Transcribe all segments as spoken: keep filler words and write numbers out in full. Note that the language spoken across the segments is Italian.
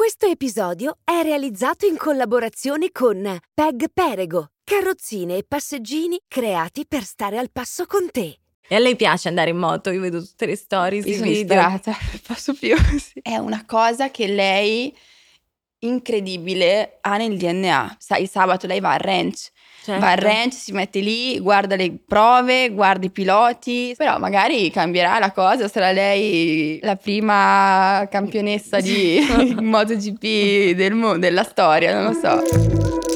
Questo episodio è realizzato in collaborazione con P E G Perego, carrozzine e passeggini creati per stare al passo con te. E a lei piace andare in moto, io vedo tutte le stories, Io i sono video. disperata, posso più. Sì. È una cosa che lei, incredibile, ha nel D N A. Sai, sabato lei va al ranch. Certo. Va al ranch, si mette lì, guarda le prove, guarda i piloti. Però magari cambierà la cosa, sarà lei la prima campionessa di MotoGP del mondo, della storia, non lo so.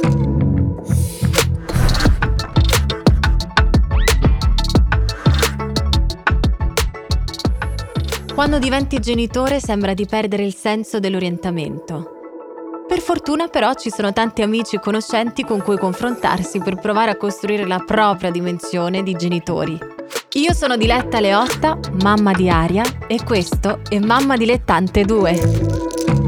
Quando diventi genitore sembra di perdere il senso dell'orientamento. Per fortuna però ci sono tanti amici e conoscenti con cui confrontarsi per provare a costruire la propria dimensione di genitori. Io sono Diletta Leotta, mamma di Aria, e questo è Mamma Dilettante due.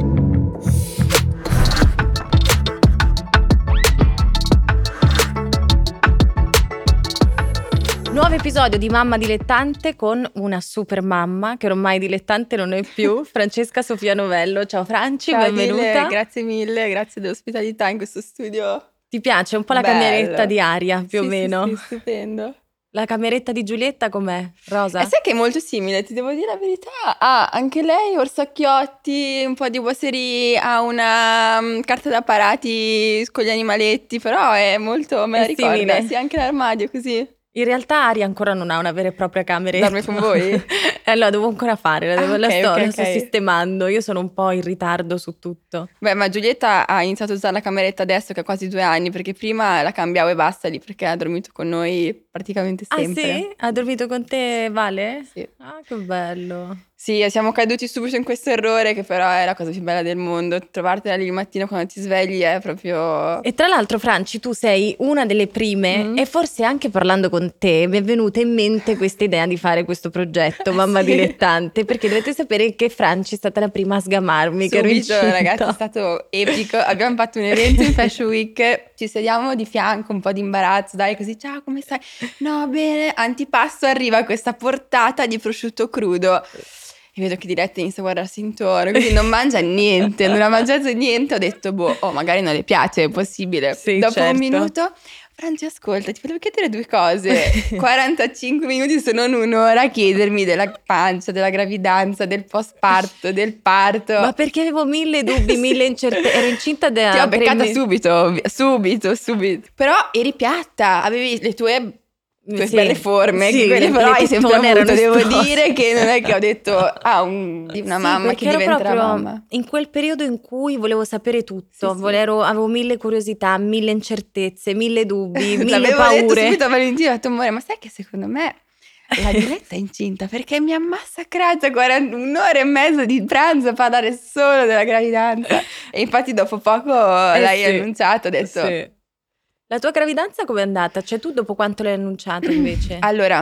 Nuovo episodio di Mamma Dilettante con una super mamma che ormai dilettante non è più, Francesca Sofia Novello. Ciao Franci, Ciao, benvenuta. Dile, grazie mille, grazie dell'ospitalità in questo studio. Ti piace un po' la Bello. cameretta di Aria, più Sì, o meno? Sì, sì, stupendo. La cameretta di Giulietta com'è? Rosa? E sai che è molto simile, ti devo dire la verità. Ha anche lei orsacchiotti, un po' di boiserie, ha una um, carta da parati con gli animaletti, però è molto, me la È ricorda. simile. Sì, anche l'armadio così. In realtà Aria ancora non ha una vera e propria cameretta. Dorme con voi? Eh, lo devo ancora fare, la, devo, Ah, la ok, sto, ok, la sto ok. sistemando. Io sono un po' in ritardo su tutto. Beh, ma Giulietta ha iniziato a usare la cameretta adesso che ha quasi due anni, perché prima la cambiavo e basta lì, perché ha dormito con noi praticamente sempre. Ah sì? Ha dormito con te, Vale? Sì. Ah, che bello. Sì, siamo caduti subito in questo errore che però è la cosa più bella del mondo. Trovartela lì il mattino quando ti svegli è proprio... E tra l'altro, Franci, tu sei una delle prime Mm. e forse anche parlando con te mi è venuta in mente questa idea di fare questo progetto Mamma Sì. Dilettante, perché dovete sapere che Franci è stata la prima a sgamarmi, che ero Subito, incinta. ragazzi, è stato epico. Abbiamo fatto un evento in Fashion Week, ci sediamo di fianco, un po' di imbarazzo, dai, così, ciao, come stai? No, bene, antipasto arriva questa portata di prosciutto crudo. E vedo che Diletta inizia a guardarsi intorno, quindi non mangia niente, non ha mangiato niente. Ho detto, boh, oh, magari non le piace, è possibile. Sì, Dopo certo. un minuto, Franci, ascolta, ti volevo chiedere due cose. quarantacinque minuti, se non un'ora, a chiedermi della pancia, della gravidanza, del postparto, del parto. Ma perché avevo mille dubbi, mille incertezze, ero incinta da Ti ho tre beccata mesi. subito, subito, subito. Però eri piatta, avevi le tue... tue Sì, belle forme, sì, che quelle le- però le hai sempre tettone avuto, erano devo esplose. dire che non è che ho detto ah un, di una Sì, mamma perché che ero diventerà proprio mamma. in quel periodo in cui volevo sapere tutto, Sì, sì. volevo- avevo mille curiosità, mille incertezze, mille dubbi, mille L'avevo detto paure. subito a Valentina, ho detto amore, ma sai che secondo me la Diletta è incinta perché mi ha massacrata quaranta un'ora e mezza di pranzo a parlare solo della gravidanza e infatti dopo poco Eh l'hai sì, annunciato, ho detto sì. La tua gravidanza com'è andata? Cioè tu dopo quanto l'hai annunciato invece? allora,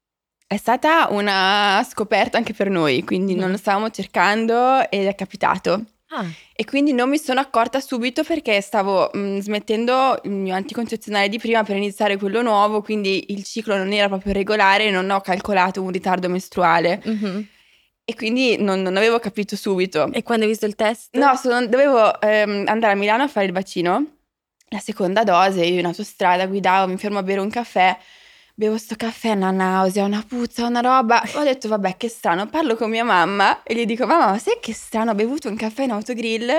è stata una scoperta anche per noi, quindi Mhm. non lo stavamo cercando ed è capitato. Ah, E quindi non mi sono accorta subito perché stavo mh, smettendo il mio anticoncezionale di prima per iniziare quello nuovo, quindi il ciclo non era proprio regolare e non ho calcolato un ritardo mestruale. mhm. E quindi non, non avevo capito subito. E quando hai visto il test? No, sono- dovevo ehm, andare a Milano a fare il vaccino, la seconda dose, io in autostrada guidavo, mi fermo a bere un caffè, bevo sto caffè, una nausea, una puzza, una roba. Ho detto, vabbè, che strano, parlo con mia mamma e gli dico, mamma, ma sai che strano, ho bevuto un caffè in autogrill,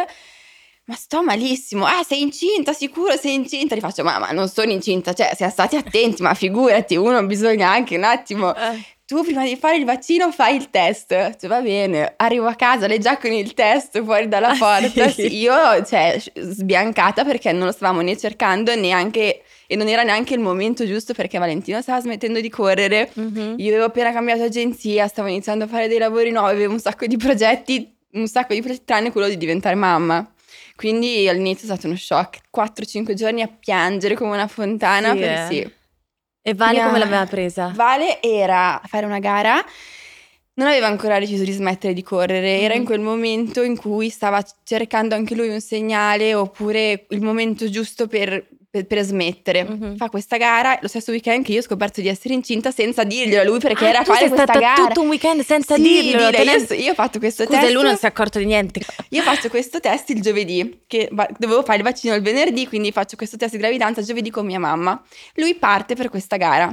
ma sto malissimo. Ah, sei incinta, sicuro sei incinta? Gli faccio, mamma, non sono incinta, cioè, siamo stati attenti, ma figurati, uno bisogna anche un attimo... Eh. Tu prima di fare il vaccino fai il test. Cioè, va bene, arrivo a casa, lei già con il test fuori dalla Ah, porta. sì? Sì, io, cioè, sbiancata perché non lo stavamo né cercando neanche, e non era neanche il momento giusto perché Valentino stava smettendo di correre. Mhm. Io avevo appena cambiato agenzia, stavo iniziando a fare dei lavori nuovi, avevo un sacco di progetti, un sacco di progetti tranne quello di diventare mamma. Quindi all'inizio è stato uno shock, quattro cinque giorni a piangere come una fontana. Sì, per, eh. sì. E Vale Mi ha- come l'aveva presa? Vale era a fare una gara, non aveva ancora deciso di smettere di correre, era Mhm. in quel momento in cui stava cercando anche lui un segnale oppure il momento giusto per per, per smettere. Mhm. Fa questa gara, lo stesso weekend che io ho scoperto di essere incinta senza dirglielo a lui, perché Ah, era a tu fare sei questa stata gara. tutto un weekend senza Sì, dirglielo, dire, te ne- io, io ho fatto questo Scusa, test. lui non si è accorto di niente. Io faccio questo test il giovedì, che va- dovevo fare il vaccino il venerdì, quindi faccio questo test di gravidanza giovedì con mia mamma. Lui parte per questa gara.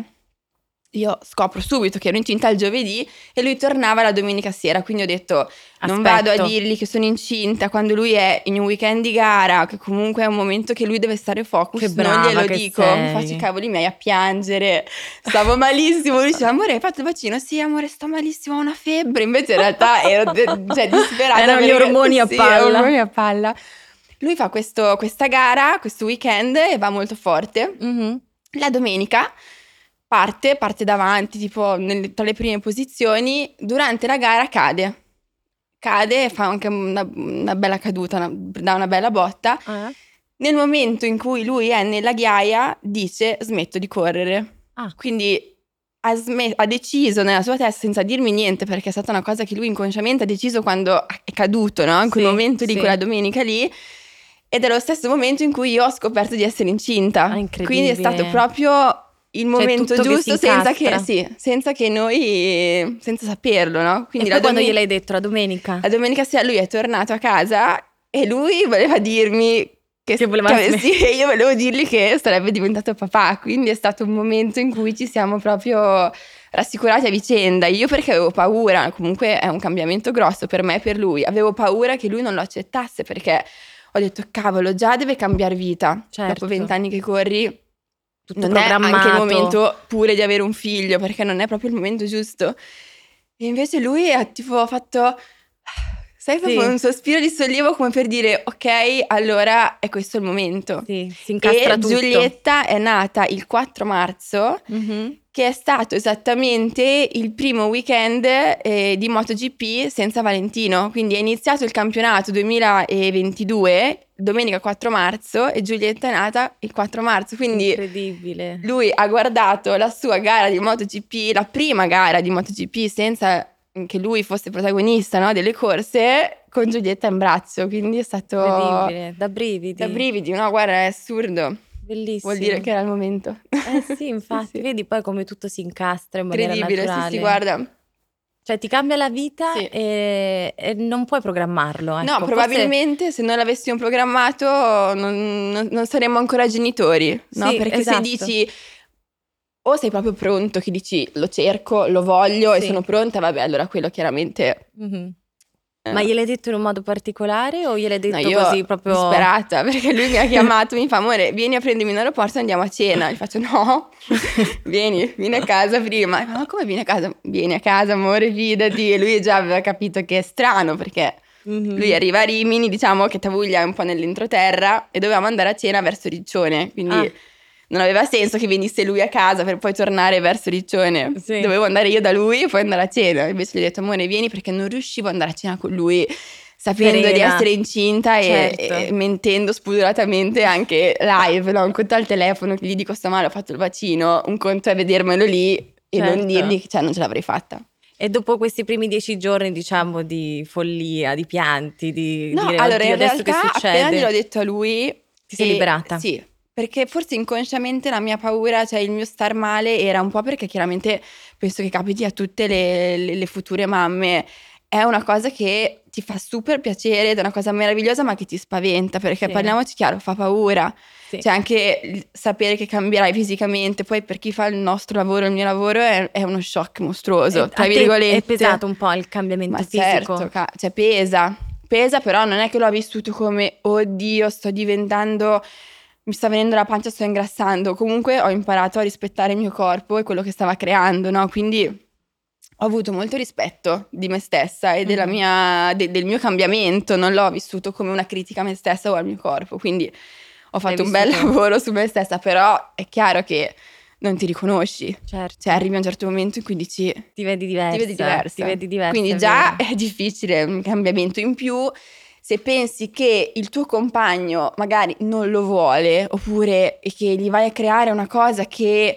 Io scopro subito che ero incinta il giovedì e lui tornava la domenica sera, quindi ho detto non vado a Aspetto. dirgli che sono incinta quando lui è in un weekend di gara, che comunque è un momento che lui deve stare focus, Che non brava glielo che dico. sei. Mi faccio i cavoli miei a piangere, stavo malissimo. Lui diceva amore hai fatto il vaccino? Sì amore sto malissimo, ho una febbre. Invece in realtà ero de- cioè, disperata. Erano gli perché- ormoni a sì, palla. ormoni a palla. Lui fa questo- questa gara, questo weekend e va molto forte. Mhm. La domenica parte, parte davanti, tipo nelle- tra le prime posizioni. Durante la gara cade. Cade e fa anche una, una bella caduta, una- dà una bella botta. Eh? Nel momento in cui lui è nella ghiaia, dice smetto di correre. Ah. Quindi ha, sme- ha deciso nella sua testa, senza dirmi niente, perché è stata una cosa che lui inconsciamente ha deciso quando è caduto, no? In quel Sì, momento lì, sì. quella domenica lì. Ed è lo stesso momento in cui io ho scoperto di essere incinta. Ah, incredibile. Quindi è stato proprio il momento tutto che giusto, si senza che, incastra. sì, senza che noi, senza saperlo, no? E Quindi poi la quando domen- gliel'hai detto, la domenica? la domenica sera lui è tornato a casa e lui voleva dirmi che, Che voleva che- smettere. sì, e io volevo dirgli che sarebbe diventato papà. Quindi è stato un momento in cui ci siamo proprio rassicurati a vicenda. Io perché avevo paura, comunque è un cambiamento grosso per me e per lui. Avevo paura che lui non lo accettasse, perché ho detto cavolo, già deve cambiare vita. Certo. Dopo vent'anni che corri Tutto non programmato. è anche il momento pure di avere un figlio, perché non è proprio il momento giusto. E invece lui ha tipo fatto, sai, proprio Sì. un sospiro di sollievo, come per dire ok, allora è questo il momento. Sì, si incastra E tutto. Giulietta è nata il quattro marzo, Mhm. che è stato esattamente il primo weekend eh, di MotoGP senza Valentino. Quindi è iniziato il campionato duemilaventidue, domenica quattro marzo, e Giulietta è nata il quattro marzo. Quindi Incredibile. lui ha guardato la sua gara di MotoGP, la prima gara di MotoGP senza che lui fosse protagonista, no, delle corse, con Giulietta in braccio. Quindi è stato Incredibile, da brividi. da brividi, no? Guarda, è assurdo. Bellissimo. Vuol dire che era il momento. Eh sì, infatti, Sì. vedi poi come tutto si incastra in maniera Incredibile, sì, naturale. sì, guarda. Cioè ti cambia la vita Sì. e, e non puoi programmarlo. Ecco. No, Forse- probabilmente se non l'avessimo programmato non, non- non saremmo ancora genitori, no? Sì, Perché esatto. se dici o sei proprio pronto, che dici lo cerco, lo voglio e Sì. sono pronta, vabbè, allora quello chiaramente... Mhm. eh, Ma gliel'hai detto in un modo particolare o gliel'hai detto no, io così proprio? disperata, perché lui mi ha chiamato, mi fa amore, vieni a prendermi in aeroporto e andiamo a cena. Gli faccio no, vieni, vieni a casa prima. Ma come vieni a casa? Vieni a casa, amore, fidati. E lui già aveva capito che è strano, perché Mhm. lui arriva a Rimini, diciamo che Tavuglia è un po' nell'entroterra, e dovevamo andare a cena verso Riccione, quindi Ah. non aveva senso che venisse lui a casa per poi tornare verso Riccione. Sì. Dovevo andare io da lui e poi andare a cena. Invece gli ho detto amore, vieni, perché non riuscivo ad andare a cena con lui sapendo Serena. di essere incinta e, Certo. e mentendo spudoratamente anche live, no? Un conto al telefono che gli dico stamane ho fatto il vaccino, un conto è vedermelo lì e Certo. non dirgli che cioè, non ce l'avrei fatta. E dopo questi primi dieci giorni, diciamo, di follia, di pianti, di No, dire allora oddio, in adesso che realtà appena succede? gliel'ho detto a lui Ti sei e- liberata? Sì, perché forse inconsciamente la mia paura, cioè il mio star male era un po' perché chiaramente penso che capiti a tutte le, le- le future mamme. È una cosa che ti fa super piacere ed è una cosa meravigliosa, ma che ti spaventa, perché Sì. parliamoci chiaro, fa paura. Sì. Cioè anche il sapere che cambierai fisicamente, poi per chi fa il nostro lavoro, il mio lavoro, è, è uno shock mostruoso, E tra a te virgolette. è pesato un po' il cambiamento Ma fisico? certo, ca- cioè pesa, pesa, però non è che l'ho vissuto come oddio, sto diventando, mi sta venendo la pancia, sto ingrassando. Comunque ho imparato a rispettare il mio corpo e quello che stava creando, no? Quindi ho avuto molto rispetto di me stessa e della Mhm. mia, de- del mio cambiamento, non l'ho vissuto come una critica a me stessa o al mio corpo, quindi ho fatto un bel vissuto- lavoro su me stessa, però è chiaro che non ti riconosci. Certo. Cioè arrivi a un certo momento in cui dici ti vedi diversa. ti vedi diversa. Ti vedi diversa, Quindi è già vero. è difficile un cambiamento in più. Se pensi che il tuo compagno magari non lo vuole, oppure che gli vai a creare una cosa che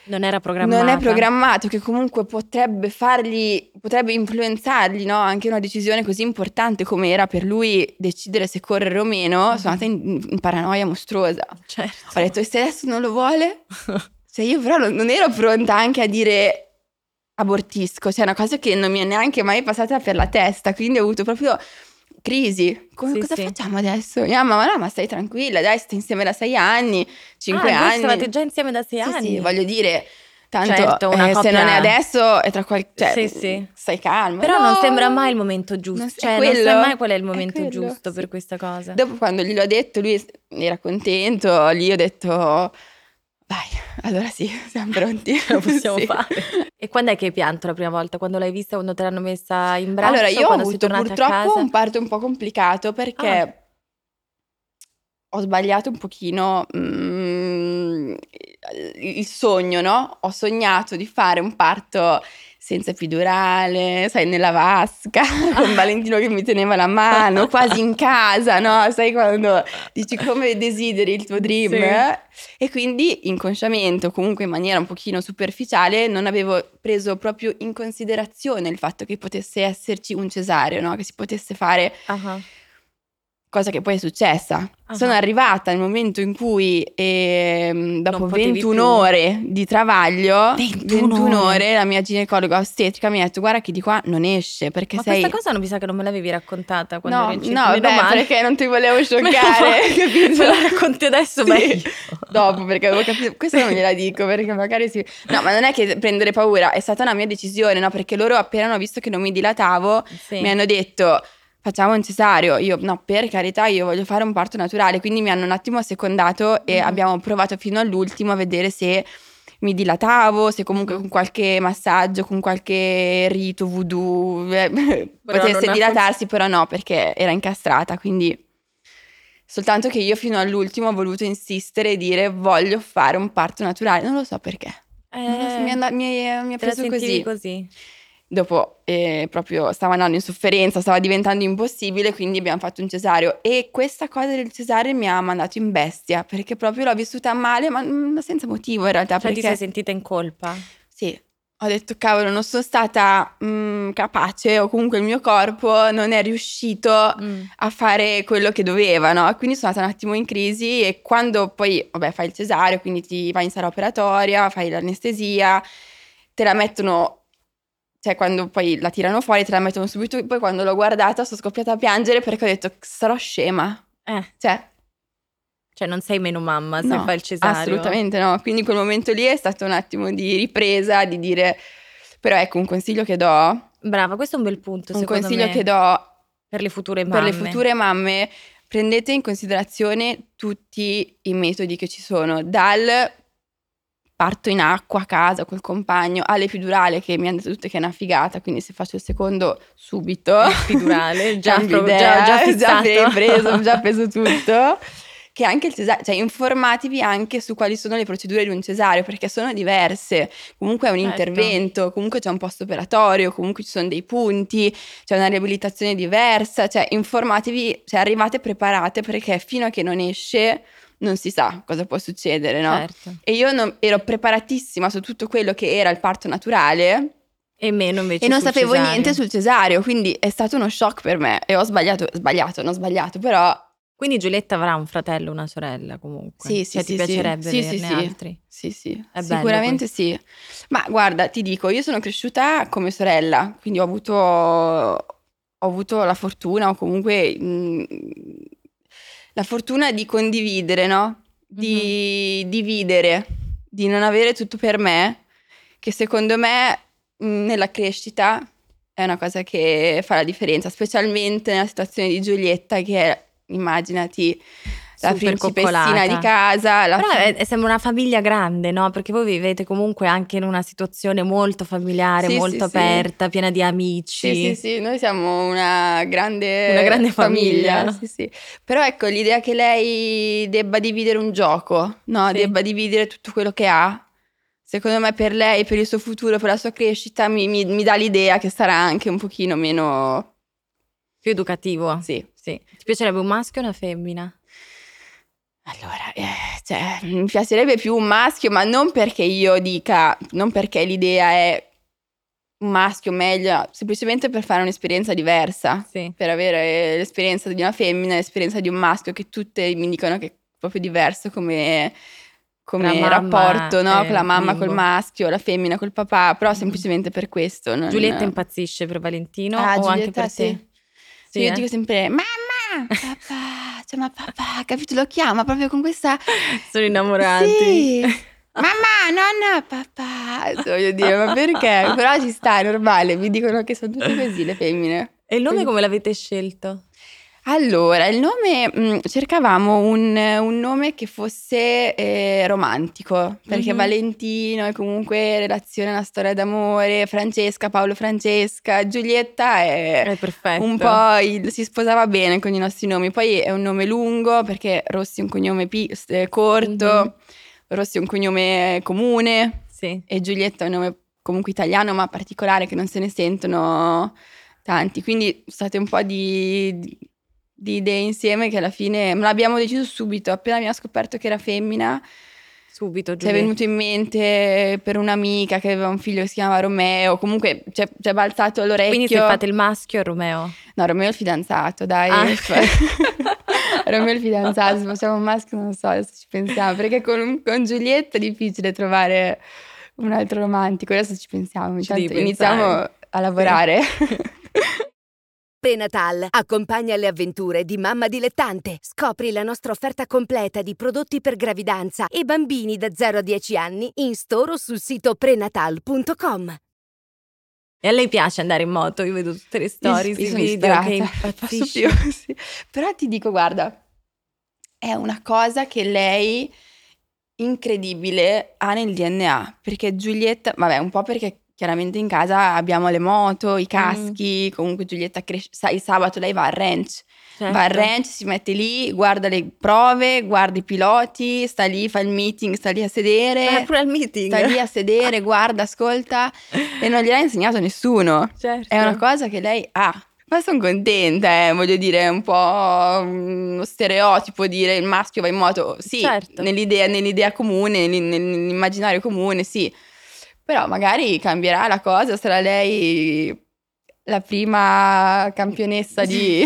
Non era programmato. Non è programmato, che comunque potrebbe fargli, potrebbe influenzargli, no? Anche una decisione così importante come era per lui decidere se correre o meno. Mm-hmm. Sono andata in, in paranoia mostruosa. Certo. Ho detto, e se adesso non lo vuole? Cioè io però non, non ero pronta anche a dire abortisco, cioè una cosa che non mi è neanche mai passata per la testa, quindi ho avuto proprio crisi. Come, sì, cosa sì. facciamo adesso? Mia mamma, no, ma stai tranquilla, dai, stai insieme da sei anni, cinque ah, anni. Ah, stavate già insieme da sei sì, anni? Sì, voglio dire, tanto certo, una eh, coppia... se non è adesso è tra qualche... Cioè, sì, sì. stai calma. Però no, non sembra mai il momento giusto, non, cioè quello, non sai mai qual è il momento è quello, giusto sì. per questa cosa. Dopo quando gliel'ho detto, lui era contento, lì ho detto... Vai, allora sì, siamo pronti. Lo possiamo sì. fare. E quando è che hai pianto la prima volta? Quando l'hai vista, quando te l'hanno messa in braccio? Allora, io ho quando avuto sei purtroppo a casa? un parto un po' complicato perché ah. ho sbagliato un pochino mm, il sogno, no? Ho sognato di fare un parto senza epidurale, sai, nella vasca, con Valentino che mi teneva la mano, quasi in casa, no? Sai quando dici come desideri il tuo dream? Sì. Eh? E quindi inconsciamente, o comunque in maniera un pochino superficiale, non avevo preso proprio in considerazione il fatto che potesse esserci un cesareo, no? Che si potesse fare... Uh-huh. Cosa che poi è successa. Uh-huh. Sono arrivata nel momento in cui, eh, dopo ventuno più. ore di travaglio, ventuno, ventuno ore. ore, la mia ginecologa ostetrica mi ha detto: guarda che di qua non esce. Perché Ma sei... questa cosa non mi sa che non me l'avevi raccontata quando no, ero incinta. No, beh, male. perché non ti volevo scioccare. Me, me la racconti adesso sì. meglio. Dopo, perché avevo capito. Questo non gliela dico, perché magari si... No, ma non è che prendere paura, è stata una mia decisione, no? Perché loro appena hanno visto che non mi dilatavo, sì. mi hanno detto... facciamo un cesareo. Io no, per carità, io voglio fare un parto naturale, quindi mi hanno un attimo secondato e mm-hmm. abbiamo provato fino all'ultimo a vedere se mi dilatavo, se comunque con qualche massaggio, con qualche rito voodoo eh, potesse dilatarsi, però no, perché era incastrata, quindi soltanto che io fino all'ultimo ho voluto insistere e dire voglio fare un parto naturale, non lo so perché. Eh, non lo so, mi, and- mi, mi ha preso così. così. Dopo eh, proprio stava andando in sofferenza, stava diventando impossibile, quindi abbiamo fatto un cesareo. E questa cosa del cesareo mi ha mandato in bestia, perché proprio l'ho vissuta male, ma, ma senza motivo in realtà. Cioè perché... ti sei sentita in colpa? Sì, ho detto cavolo, non sono stata mh, capace, o comunque il mio corpo non è riuscito mm. a fare quello che doveva, no? Quindi sono stata un attimo in crisi e quando poi, vabbè, fai il cesareo, quindi ti vai in sala operatoria, fai l'anestesia, te la mettono... Cioè quando poi la tirano fuori te la mettono subito, poi quando l'ho guardata sono scoppiata a piangere perché ho detto sarò scema. Eh. Cioè, cioè non sei meno mamma se no, fai il cesareo. Assolutamente no, quindi quel momento lì è stato un attimo di ripresa, di dire... Però ecco un consiglio che do... Brava, questo è un bel punto un secondo consiglio me. che do per le future mamme. Per le future mamme, prendete in considerazione tutti i metodi che ci sono, dal... parto in acqua a casa col compagno, all'epidurale che mi hanno detto tutte che è una figata, quindi se faccio il secondo subito. Epidurale, già, pro, idea, già, già, già preso, già preso tutto. Che anche il cesareo, cioè informatevi anche su quali sono le procedure di un cesareo, perché sono diverse. Comunque è un certo. intervento, comunque c'è un post operatorio, comunque ci sono dei punti, c'è una riabilitazione diversa, cioè informatevi, cioè arrivate preparate perché fino a che non esce... non si sa cosa può succedere, no? Certo. E io non, ero preparatissima su tutto quello che era il parto naturale e meno invece e non sul sapevo cesareo. niente sul cesareo, quindi è stato uno shock per me e ho sbagliato, sbagliato, non ho sbagliato, però... Quindi Giulietta avrà un fratello, una sorella comunque? Sì, sì, cioè sì, ti piacerebbe sì, averne sì, sì. altri? Sì, sì, è sicuramente sì. Ma guarda, ti dico, io sono cresciuta come sorella, quindi ho avuto, ho avuto la fortuna o comunque... Mh, la fortuna di condividere, no? Di mm-hmm. dividere, di non avere tutto per me, che secondo me mh, nella crescita è una cosa che fa la differenza, specialmente nella situazione di Giulietta che è, immaginati, la super principessina coccolata di casa. La Però è, sembra una famiglia grande, no? Perché voi vivete comunque anche in una situazione molto familiare, sì, molto sì, aperta, sì. piena di amici. Sì, sì, sì, noi siamo una grande, una grande famiglia. famiglia sì, sì. Però ecco, l'idea che lei debba dividere un gioco, no? Sì. Debba dividere tutto quello che ha, secondo me per lei, per il suo futuro, per la sua crescita, mi, mi, mi dà l'idea che sarà anche un pochino meno... più educativo. Sì. Sì. Ti piacerebbe un maschio o una femmina? Allora, eh, cioè, mi piacerebbe più un maschio, ma non perché io dica, non perché l'idea è un maschio meglio, semplicemente per fare un'esperienza diversa, Sì. per avere l'esperienza di una femmina, l'esperienza di un maschio, che tutte mi dicono che è proprio diverso come, come Tra mamma rapporto, no? e Con la mamma bimbo. col maschio, la femmina col papà, però Mhm. semplicemente per questo. Non... Giulietta impazzisce per Valentino Ah, o anche Giulietta, per te? sì. Sì, Io eh? dico sempre mamma, papà, cioè ma papà, capito? Lo chiama proprio con questa... Sono innamorati. Sì, mamma, nonna, papà. Cioè, voglio dire, ma perché? Però ci sta, è normale, mi dicono che sono tutte così le femmine. E il nome Quindi- come l'avete scelto? Allora, il nome, mh, cercavamo un, un nome che fosse eh, romantico, perché Mhm. Valentino è comunque relazione a una storia d'amore, Francesca, Paolo Francesca, Giulietta è È perfetto. un po', il- si sposava bene con i nostri nomi. Poi è un nome lungo perché Rossi è un cognome pi- eh, corto, Mhm. Rossi è un cognome comune Sì. e Giulietta è un nome comunque italiano ma particolare che non se ne sentono tanti. Quindi sono state un po' di, di- di idee insieme che alla fine me l'abbiamo deciso subito. Appena abbiamo scoperto che era femmina, Subito ci è Giulietta. venuto in mente per un'amica che aveva un figlio che si chiamava Romeo. Comunque ci è, ci è balzato all'orecchio. Quindi se fate il maschio è Romeo. No, Romeo è il fidanzato, dai. Ah, ok. Romeo è il fidanzato, se facciamo un maschio non so, adesso ci pensiamo. Perché con, con Giulietta è difficile trovare un altro romantico. Adesso ci pensiamo, Ci intanto devi iniziamo pensare. a lavorare. Prenatal accompagna le avventure di mamma dilettante. Scopri la nostra offerta completa di prodotti per gravidanza e bambini da zero a dieci anni in store o sul sito prenatal punto com. E a lei piace andare in moto, io vedo tutte le storie, Io i sono video che disperata, impazzisce. posso più, sì. Però ti dico, guarda, è una cosa che lei, incredibile, ha nel D N A. Perché Giulietta, vabbè, un po' perché chiaramente in casa abbiamo le moto, i caschi, comunque Giulietta cresce, sa, il sabato lei va al ranch. Certo. Va al ranch, si mette lì, guarda le prove, guarda i piloti, sta lì, fa il meeting, sta lì a sedere. Ah, pure al meeting. Sta lì a sedere, guarda, ascolta, e non gliel'ha insegnato nessuno. Certo. È una cosa che lei ha. Ma sono contenta, eh, voglio dire, è un po' uno stereotipo dire il maschio va in moto. Sì, Certo. nell'idea, nell'idea comune, nell- nell'immaginario comune, sì. Però magari cambierà la cosa, sarà lei la prima campionessa di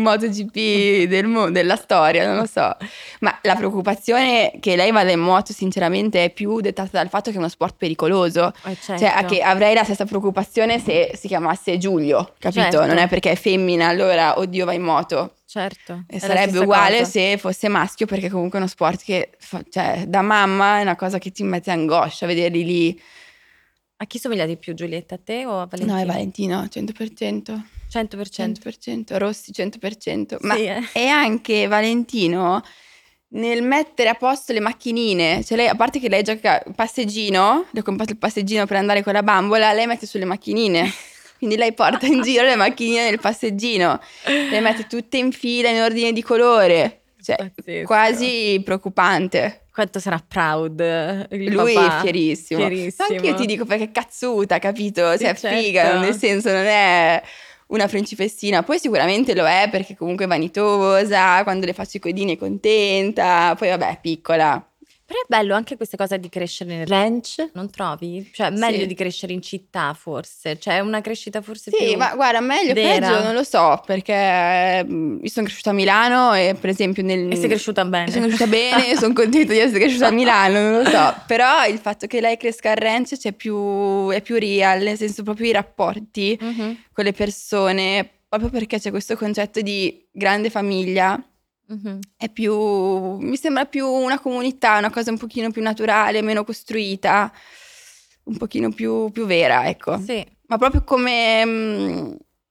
MotoGP del mo- della storia, non lo so. Ma la preoccupazione che lei vada in moto sinceramente è più dettata dal fatto che è uno sport pericoloso. Eh, certo. Cioè, a che avrei la stessa preoccupazione se si chiamasse Giulio, capito? Certo. Non è perché è femmina, allora, oddio, va in moto. Certo. E è la sarebbe stessa uguale cosa. se fosse maschio, perché comunque è uno sport che, fa- cioè, da mamma è una cosa che ti mette angoscia, vederli lì. A chi somiglia di più, Giulietta? A te o a Valentino? No, è Valentino, cento per cento. cento per cento. cento per cento, Rossi cento per cento. Ma Sì, eh. è anche Valentino nel mettere a posto le macchinine. Cioè lei, a parte che lei gioca il passeggino, le ho comprato il passeggino per andare con la bambola, lei mette sulle macchinine. Quindi lei porta in giro le macchinine nel passeggino, le mette tutte in fila in ordine di colore. Cioè, Pazzesco. quasi preoccupante. Quanto sarà proud il Lui papà. è fierissimo. Fierissimo. Anche io ti dico perché è cazzuta, capito? Sì, Cioè, certo. figa, nel senso non è una principessina. Poi sicuramente lo è perché comunque è vanitosa, quando le faccio i codini è contenta. Poi vabbè, è piccola. Però è bello anche questa cosa di crescere nel ranch, non trovi? Cioè, meglio Sì. di crescere in città, forse. Cioè, è una crescita forse Sì, più ma guarda, meglio o vera. peggio non lo so, perché mm, io sono cresciuta a Milano e per esempio nel... E sei cresciuta bene. Sono cresciuta bene e sono contenta di essere cresciuta a Milano, non lo so. Però il fatto che lei cresca al ranch c'è più, è più real, nel senso proprio i rapporti Mhm, con le persone, proprio perché c'è questo concetto di grande famiglia, mhm. è più, mi sembra più una comunità, una cosa un pochino più naturale, meno costruita, un pochino più, più vera, ecco. Sì. Ma proprio come, mm,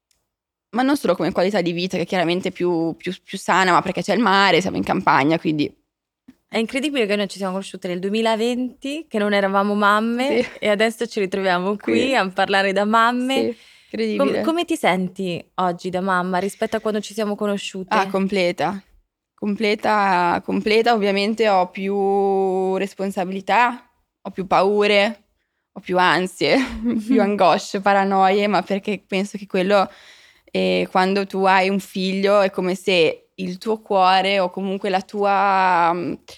ma non solo come qualità di vita, che chiaramente è più, più, più sana, ma perché c'è il mare, siamo in campagna, quindi È incredibile che noi ci siamo conosciute nel duemilaventi, che non eravamo mamme, Sì. e adesso ci ritroviamo qui Qui. a parlare da mamme. sì, incredibile. Com- come ti senti oggi da mamma rispetto a quando ci siamo conosciute? Ah, completa. Completa, completa, ovviamente ho più responsabilità, ho più paure, ho più ansie, più angosce, paranoie, ma perché penso che quello, eh, quando tu hai un figlio, è come se il tuo cuore o comunque la tua,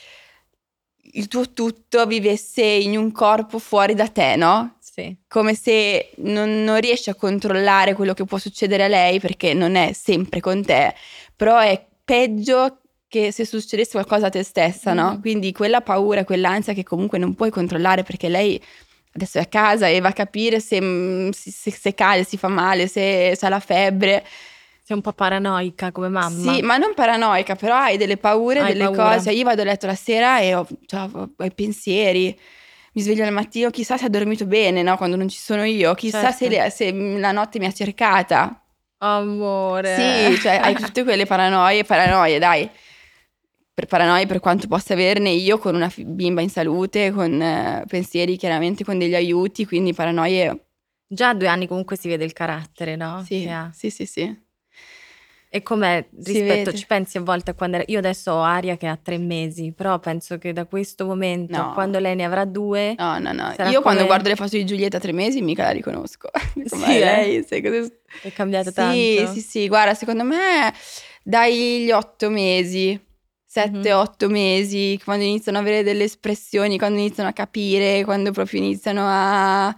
il tuo tutto vivesse in un corpo fuori da te, no? Sì. Come se non, non riesci a controllare quello che può succedere a lei perché non è sempre con te, però è peggio che se succedesse qualcosa a te stessa, no? Mm. Quindi quella paura, quell'ansia che comunque non puoi controllare perché lei adesso è a casa e va a capire se, se, se cade, si fa male, se ha la febbre. Sei un po' paranoica come mamma. Sì, ma non paranoica, però hai delle paure, Hai delle paura. cose. Io vado a letto la sera e ho, cioè, ho, ho i pensieri. Mi sveglio al mattino, chissà se ha dormito bene, no? Quando non ci sono io. Chissà Certo. se, le- se la notte mi ha cercata. Amore. Sì, cioè hai tutte quelle paranoie, paranoie, dai. Per paranoie per quanto possa averne io con una fi- bimba in salute, con eh, pensieri chiaramente con degli aiuti, quindi paranoie. Già a due anni comunque si vede il carattere, no? Sì, Che ha. sì, sì, sì. E com'è Si rispetto, vede. ci pensi a volte a quando era- io adesso ho Aria che ha tre mesi, però penso che da questo momento, No. a quando lei ne avrà due, No, no, no. sarà Io quando come- guardo le foto di Giulietta a tre mesi mica la riconosco. Dico, ma Sì, è eh? lei, sai cosa... è cambiato Sì, tanto. sì, sì, guarda, secondo me dagli otto mesi, sette, Mhm. otto mesi, quando iniziano a avere delle espressioni, quando iniziano a capire, quando proprio iniziano a,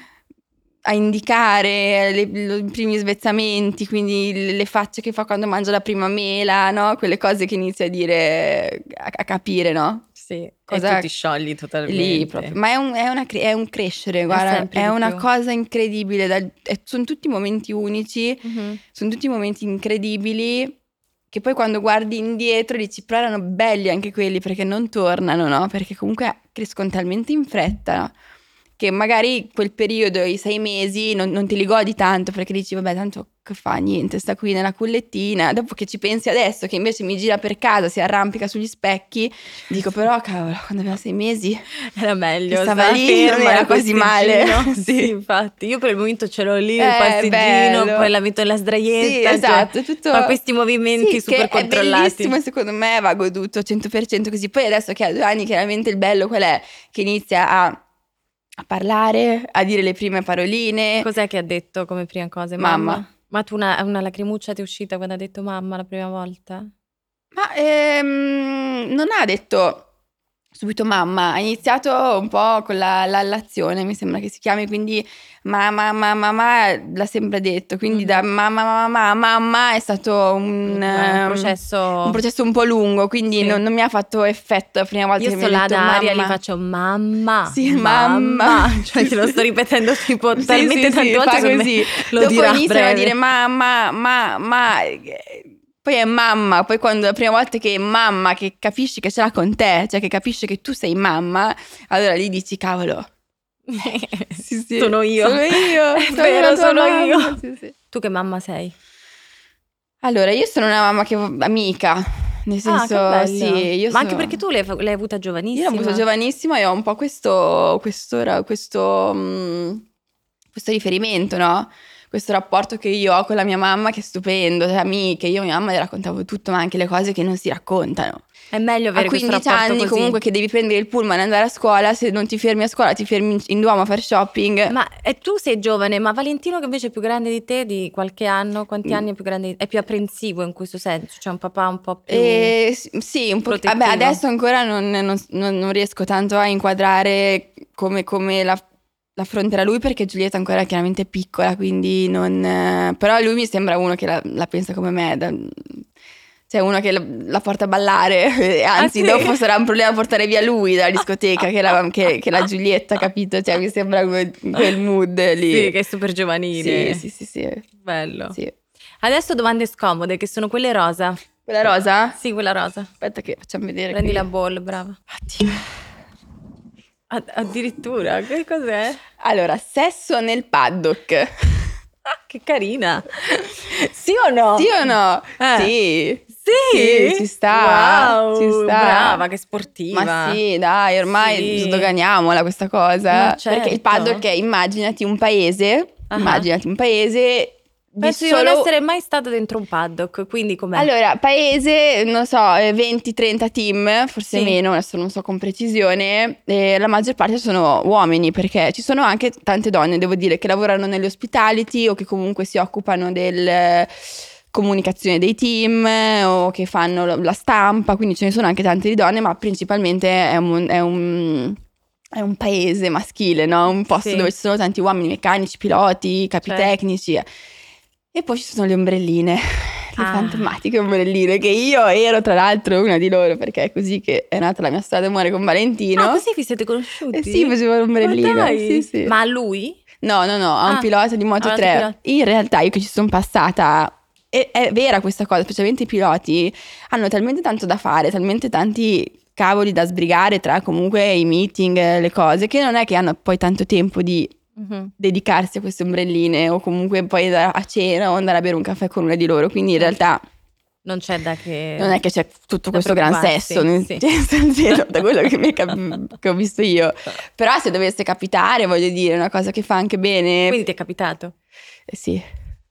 a indicare le- lo- i primi svezzamenti, quindi le, le facce che fa quando mangia la prima mela, no? Quelle cose che inizia a dire, a, a capire, no? Sì, Cosa- e tu ti sciogli totalmente. Lì proprio, ma è un, è una cre- è un crescere, guarda, sempre è di una più. cosa incredibile, da- è- sono tutti momenti unici, Mhm. sono tutti momenti incredibili che poi quando guardi indietro dici però erano belli anche quelli perché non tornano, no? Perché comunque crescono talmente in fretta, no? Che magari quel periodo, i sei mesi, non, non te li godi tanto perché dici vabbè tanto che fa, niente, sta qui nella cullettina. Dopo che ci pensi adesso che invece mi gira per casa, si arrampica sugli specchi, dico però cavolo, quando aveva sei mesi Era meglio, che stava stava lì, ferma, non era nel così male. passeggino. Sì. Sì, infatti, io per il momento ce l'ho lì, il Eh, passeggino, bello. poi la metto nella sdraietta. Sì, cioè, esatto, tutto... fa questi movimenti Sì, super che è controllati. bellissimo e secondo me va goduto cento per cento così. Poi adesso che ha due anni chiaramente il bello qual è? Che inizia a, a parlare, a dire le prime paroline. Cos'è che ha detto come prima cosa? Mamma. Mamma? Ma tu una, una lacrimuccia ti è uscita quando ha detto mamma la prima volta? Ma ehm, non ha detto subito mamma, ha iniziato un po' con la, la l'azione, mi sembra che si chiami, quindi mamma, mamma, mamma, l'ha sempre detto, quindi Mhm. da mamma, mamma, a mamma è stato un, Ma è un ehm, processo... un processo un po' lungo, quindi Sì. non, non mi ha fatto effetto la prima volta Io che mi sto ha là detto da Aria e mamma. gli faccio mamma, Sì, mamma. cioè Sì, te lo sì. sto ripetendo tipo Sì, talmente sì, tante sì, volte fa secondo me così. lo Dopo dirà a iniziano a breve. dire mamma, ma, ma, eh, poi è mamma, poi quando la prima volta che è mamma, che capisci che ce l'ha con te, cioè che capisci che tu sei mamma, allora lì dici cavolo. Sì, sì. Sono io. Sono io. È sono vero, la tua sono mamma. io. Sì, sì. Tu che mamma sei? Allora, io sono una mamma che amica, nel senso, Ah, che bello. sì, io Ma anche sono- perché tu l'hai, l'hai avuta Io giovanissima. l'ho avuto giovanissima e ho un po' questo, questo, ra- questo, mm, questo riferimento, no? Questo rapporto che io ho con la mia mamma che è stupendo, cioè amiche, io a mia mamma le raccontavo tutto, ma anche le cose che non si raccontano. È meglio avere A questo quindici rapporto anni così. comunque che devi prendere il pullman e andare a scuola, se non ti fermi a scuola ti fermi in- in Duomo a fare shopping. Ma e tu sei giovane, ma Valentino che invece è più grande di te di qualche anno, quanti Mm. anni è più grande di te? È più apprensivo in questo senso, cioè un papà un po' più... Eh, s- sì, un po'. protettivo. Vabbè, adesso ancora non, non- non- non riesco tanto a inquadrare come, come la, l'affronterà lui perché Giulietta ancora è chiaramente piccola, quindi non... eh, però lui mi sembra uno che la, la pensa come me, da- cioè uno che la, la porta a ballare, e anzi Ah, sì? dopo sarà un problema portare via lui dalla discoteca che la, che- che la Giulietta, capito? Cioè mi sembra quel, quel mood lì. Sì, che è super giovanile. Sì, sì, sì, sì. Bello. Sì. Adesso domande scomode, che sono quelle rosa. Quella rosa? Sì, quella rosa. Aspetta che facciamo vedere. Prendi qui. la ball, brava. Attimo. Ad- addirittura, che cos'è? Allora, sesso nel paddock. Ah, che carina. Sì o no? Sì o no? Eh. Sì. Sì? Sì, ci sta. Wow, ci sta. brava, che sportiva. Ma sì, dai, ormai Sì. sdoganiamola questa cosa. Ma certo. Perché il paddock è, immaginati un paese, Ah. immaginati un paese di Penso di solo... non essere mai stata dentro un paddock, quindi com'è? Allora, paese, non so, eh, venti trenta team, forse Sì. meno, adesso non so con precisione, e la maggior parte sono uomini, perché ci sono anche tante donne, devo dire, che lavorano nelle hospitality o che comunque si occupano del comunicazione dei team o che fanno la stampa, quindi ce ne sono anche tante di donne, ma principalmente è un, è un, è un paese maschile, no? Un posto Sì. dove ci sono tanti uomini meccanici, piloti, capi Certo. tecnici. E poi ci sono le ombrelline, le Ah. fantomatiche ombrelline, che io ero tra l'altro una di loro, perché è così che è nata la mia storia d'amore con Valentino. Ah, così vi siete conosciuti? Eh sì, facevo l'ombrellino. Ma dai. Sì, sì. Ma a lui? No, no, no, a un Ah, pilota di Moto a un altro tre. pilota. In realtà io che ci sono passata, è, è vera questa cosa, specialmente i piloti hanno talmente tanto da fare, talmente tanti cavoli da sbrigare tra comunque i meeting, le cose, che non è che hanno poi tanto tempo di Mhm. dedicarsi a queste ombrelline o comunque poi andare a cena o andare a bere un caffè con una di loro, quindi in realtà Non c'è da che... non è che c'è tutto da questo gran preoccuparsi, sesso, nel sì. senso, da quello che, mi è cap- che ho visto io. Però se dovesse capitare, voglio dire, è una cosa che fa anche bene. Quindi ti è capitato? Eh sì.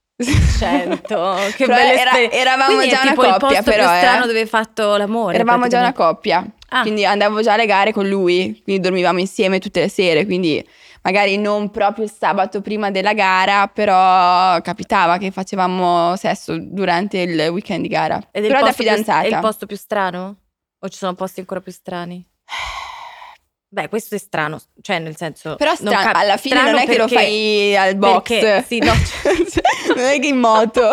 Certo, che Però belle era- esperienze. eravamo Quindi già è una tipo il coppia, posto però, più eh. strano dove hai fatto l'amore. Eravamo già una praticamente. coppia, Ah. quindi andavo già alle gare con lui, quindi dormivamo insieme tutte le sere, quindi magari non proprio il sabato prima della gara, però capitava che facevamo sesso durante il weekend di gara, Ed è il però da posto più- fidanzata. è il posto più strano? O ci sono posti ancora più strani? Beh, questo è strano, cioè nel senso... Però non stra- cap- alla fine strano non è che lo perché- fai al box, perché- sì, no. non è che in moto.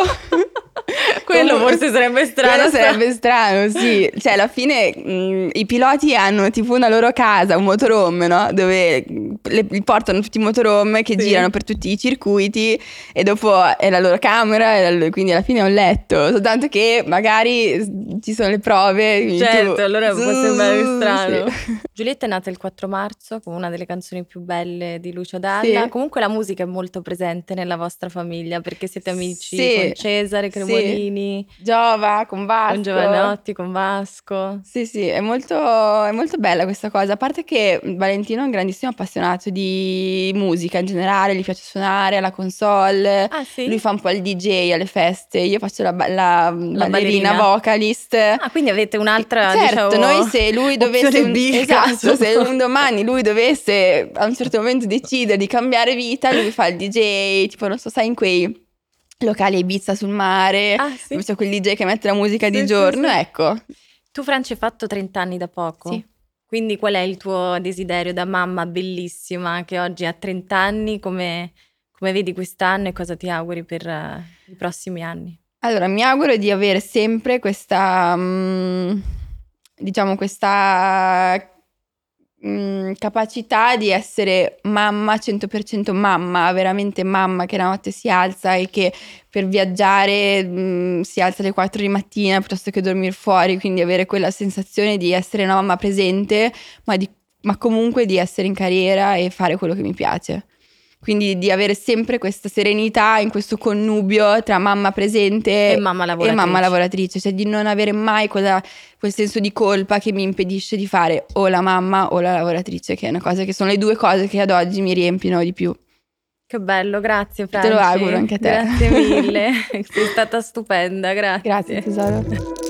Quello forse sarebbe strano. Quello sarebbe strano, sì. Cioè, alla fine mh, i piloti hanno tipo una loro casa, un motorhome, no? Dove mh, le, li portano tutti i motorhome che Sì. girano per tutti i circuiti e dopo è la loro camera, e la- quindi alla fine è un letto. Soltanto che magari s- ci sono le prove. quindi Certo, tu- allora può sembrare strano. Sì. Giulietta è nata il quattro marzo con una delle canzoni più belle di Lucio Dalla. Sì. Comunque la musica è molto presente nella vostra famiglia perché siete amici Sì. con Cesare Sì. Cremolini, Giova, con Vasco. con Giovanotti, con Vasco. Sì, sì, è molto, è molto bella questa cosa. A parte che Valentino è un grandissimo appassionato di musica in generale, gli piace suonare alla console. Ah sì? Lui fa un po' il D J alle feste, io faccio la, ba- la ballerina ballerina. vocalist. Ah, quindi avete un'altra, Certo, diciamo, noi se lui dovesse opzione un, B, in esatto, caso. se un domani lui dovesse a un certo momento decidere di cambiare vita, lui fa il D J, tipo non so, sai in quei locali a Ibiza sul mare, Ah, sì? dove c'è quel D J che mette la musica Sì, di sì, giorno, sì. ecco. Tu, Franci, hai fatto trenta anni da poco. Sì. Quindi qual è il tuo desiderio da mamma bellissima che oggi ha trenta anni? Come, come vedi quest'anno e cosa ti auguri per eh, i prossimi anni? Allora, mi auguro di avere sempre questa, mm, diciamo, questa mm, capacità di essere mamma, cento per cento mamma, veramente mamma, che la notte si alza e che per viaggiare mm, si alza alle quattro di mattina piuttosto che dormire fuori, quindi avere quella sensazione di essere una mamma presente, ma, di- ma comunque di essere in carriera e fare quello che mi piace. Quindi di avere sempre questa serenità in questo connubio tra mamma presente E mamma e lavoratrice. mamma lavoratrice, cioè di non avere mai quella- quel senso di colpa che mi impedisce di fare o la mamma o la lavoratrice, che è una cosa che sono le due cose che ad oggi mi riempiono di più. Che bello, grazie Franci. Te lo auguro anche a te. Grazie mille, sei stata stupenda, grazie. Grazie tesoro.